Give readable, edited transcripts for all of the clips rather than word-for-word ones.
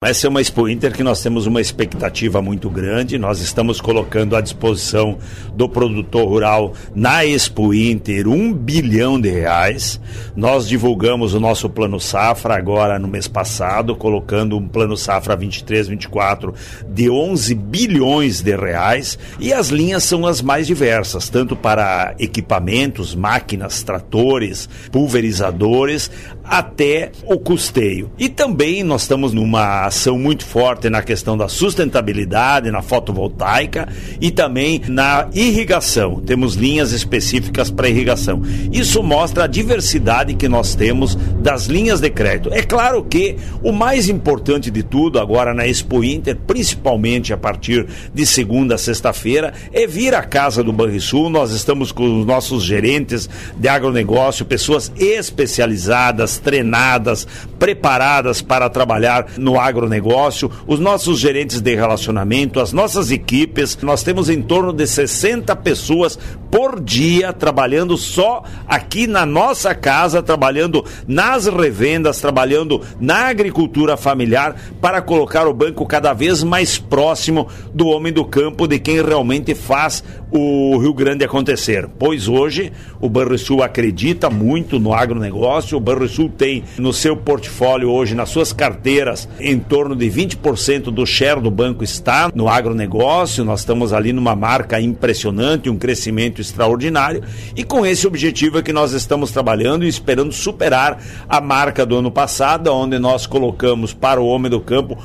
Essa é uma Expo Inter que nós temos uma expectativa muito grande. Nós estamos colocando à disposição do produtor rural na Expo Inter R$1 bilhão. Nós divulgamos o nosso plano safra agora no mês passado, colocando um plano safra 23-24 de R$11 bilhões. E as linhas são as mais diversas, tanto para equipamentos, máquinas, tratores, pulverizadores, até o custeio. E também nós estamos numa ação muito forte na questão da sustentabilidade, na fotovoltaica e também na irrigação. Temos linhas específicas para irrigação. Isso mostra a diversidade que nós temos das linhas de crédito. É claro que o mais importante de tudo agora na Expo Inter, principalmente a partir de segunda a sexta-feira, é vir à Casa do Banrisul. Nós estamos com os nossos gerentes de agronegócio, pessoas especializadas, treinadas, preparadas para trabalhar no agronegócio, os nossos gerentes de relacionamento, as nossas equipes. Nós temos em torno de 60 pessoas por dia trabalhando só aqui na nossa casa, trabalhando nas revendas, trabalhando na agricultura familiar para colocar o banco cada vez mais próximo do homem do campo, de quem realmente faz o Rio Grande acontecer. Pois hoje o Banrisul acredita muito no agronegócio. O Banrisul tem no seu portfólio hoje, nas suas carteiras, em torno de 20% do share do banco está no agronegócio. Nós estamos ali numa marca impressionante, um crescimento extraordinário, e com esse objetivo é que nós estamos trabalhando e esperando superar a marca do ano passado, onde nós colocamos para o homem do campo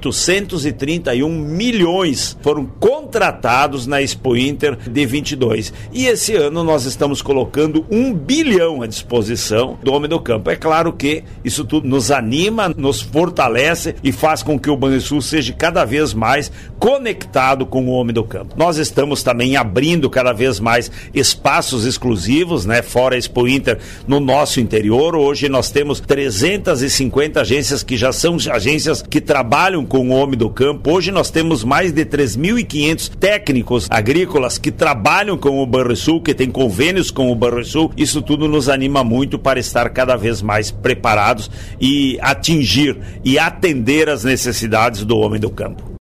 831 milhões foram contratados na Expo Inter de 22. E esse ano nós estamos colocando 1 bilhão à disposição do homem do campo. É claro que isso tudo nos anima, nos fortalece e faz com que o Banrisul seja cada vez mais conectado com o homem do campo. Nós estamos também abrindo cada vez mais espaços exclusivos, né, fora a Expo Inter, no nosso interior. Hoje nós temos 350 agências que já são agências que trabalham com o homem do campo. Hoje nós temos mais de 3.500 técnicos agrícolas que trabalham com o Banrisul, que tem convênios com o Banrisul. Isso tudo nos anima muito para estar cada vez mais preparados e atingir e atender as necessidades do homem do campo.